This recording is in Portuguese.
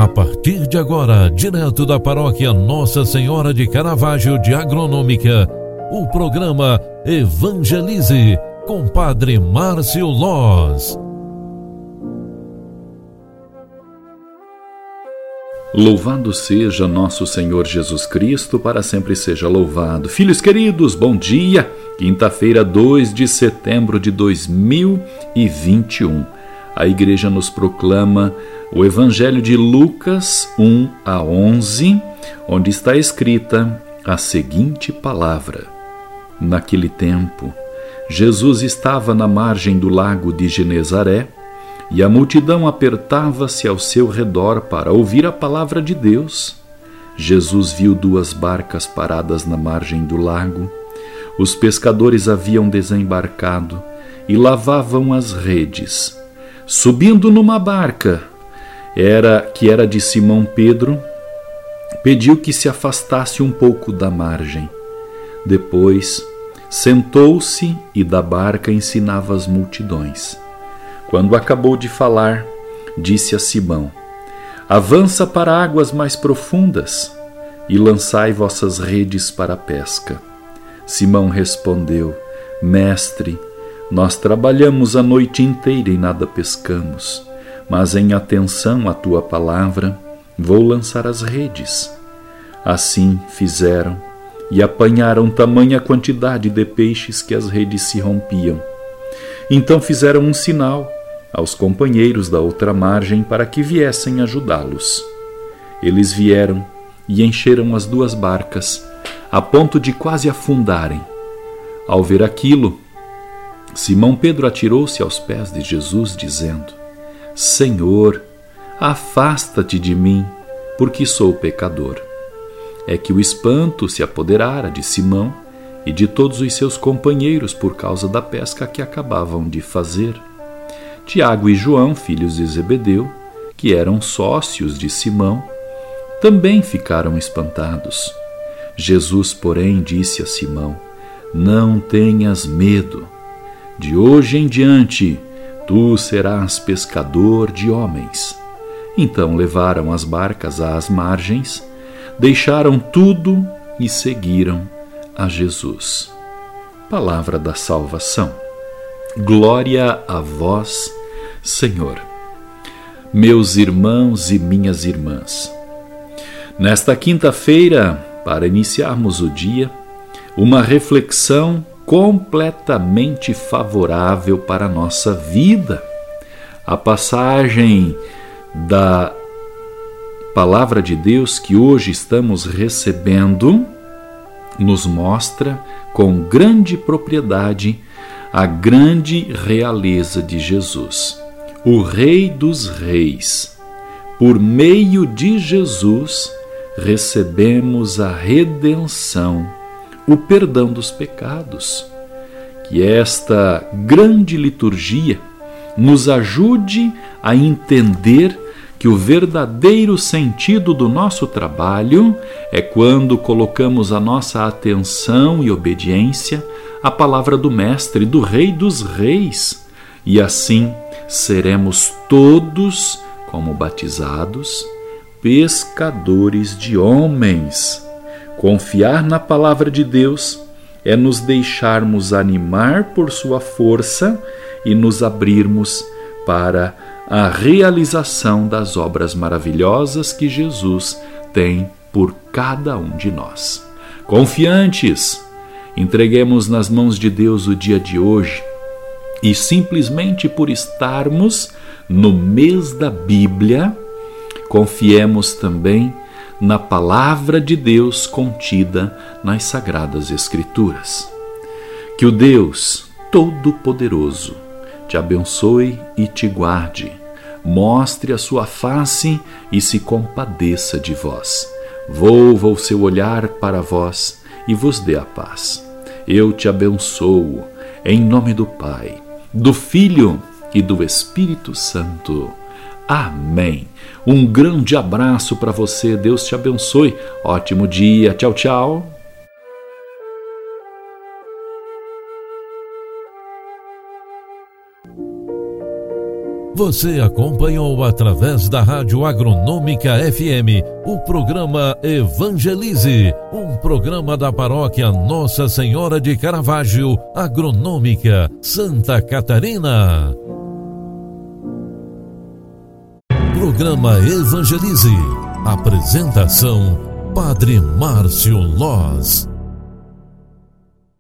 A partir de agora, direto da paróquia Nossa Senhora de Caravaggio de Agronômica, o programa Evangelize com Padre Márcio Loz. Louvado seja nosso Senhor Jesus Cristo, para sempre seja louvado. Filhos queridos, bom dia! Quinta-feira, 2 de setembro de 2021. A igreja nos proclama o Evangelho de Lucas 1 a 11, onde está escrita a seguinte palavra. Naquele tempo, Jesus estava na margem do lago de Genezaré, e a multidão apertava-se ao seu redor para ouvir a palavra de Deus. Jesus viu 2 barcas paradas na margem do lago. Os pescadores haviam desembarcado e lavavam as redes. Subindo numa barca, que era de Simão Pedro, pediu que se afastasse um pouco da margem. Depois, sentou-se e da barca ensinava as multidões. Quando acabou de falar, disse a Simão: avança para águas mais profundas e lançai vossas redes para a pesca. Simão respondeu: Mestre, nós trabalhamos a noite inteira e nada pescamos, mas em atenção à tua palavra, vou lançar as redes. Assim fizeram e apanharam tamanha quantidade de peixes que as redes se rompiam. Então fizeram um sinal aos companheiros da outra margem para que viessem ajudá-los. Eles vieram e encheram as 2 barcas, a ponto de quase afundarem. Ao ver aquilo, Simão Pedro atirou-se aos pés de Jesus, dizendo: Senhor, afasta-te de mim, porque sou pecador. É que o espanto se apoderara de Simão e de todos os seus companheiros por causa da pesca que acabavam de fazer. Tiago e João, filhos de Zebedeu, que eram sócios de Simão, também ficaram espantados. Jesus, porém, disse a Simão: Não tenhas medo. De hoje em diante, tu serás pescador de homens. Então levaram as barcas às margens, deixaram tudo e seguiram a Jesus. Palavra da salvação. Glória a vós, Senhor. Meus irmãos e minhas irmãs, nesta quinta-feira, para iniciarmos o dia, uma reflexão completamente favorável para a nossa vida. A passagem da Palavra de Deus que hoje estamos recebendo nos mostra com grande propriedade a grande realeza de Jesus, o Rei dos Reis. Por meio de Jesus, recebemos a redenção, o perdão dos pecados. Que esta grande liturgia nos ajude a entender que o verdadeiro sentido do nosso trabalho é quando colocamos a nossa atenção e obediência à palavra do Mestre, do Rei dos Reis, e assim seremos todos, como batizados, pescadores de homens. Confiar na palavra de Deus é nos deixarmos animar por sua força e nos abrirmos para a realização das obras maravilhosas que Jesus tem por cada um de nós. Confiantes, entreguemos nas mãos de Deus o dia de hoje e simplesmente por estarmos no mês da Bíblia, confiemos também na palavra de Deus contida nas Sagradas Escrituras. Que o Deus Todo-Poderoso te abençoe e te guarde, mostre a sua face e se compadeça de vós. Volva o seu olhar para vós e vos dê a paz. Eu te abençoo, em nome do Pai, do Filho e do Espírito Santo. Amém. Um grande abraço para você, Deus te abençoe. Ótimo dia, tchau, tchau. Você acompanhou através da Rádio Agronômica FM o programa Evangelize, um programa da paróquia Nossa Senhora de Caravaggio, Agronômica, Santa Catarina. Programa Evangelize. Apresentação: Padre Márcio Loz.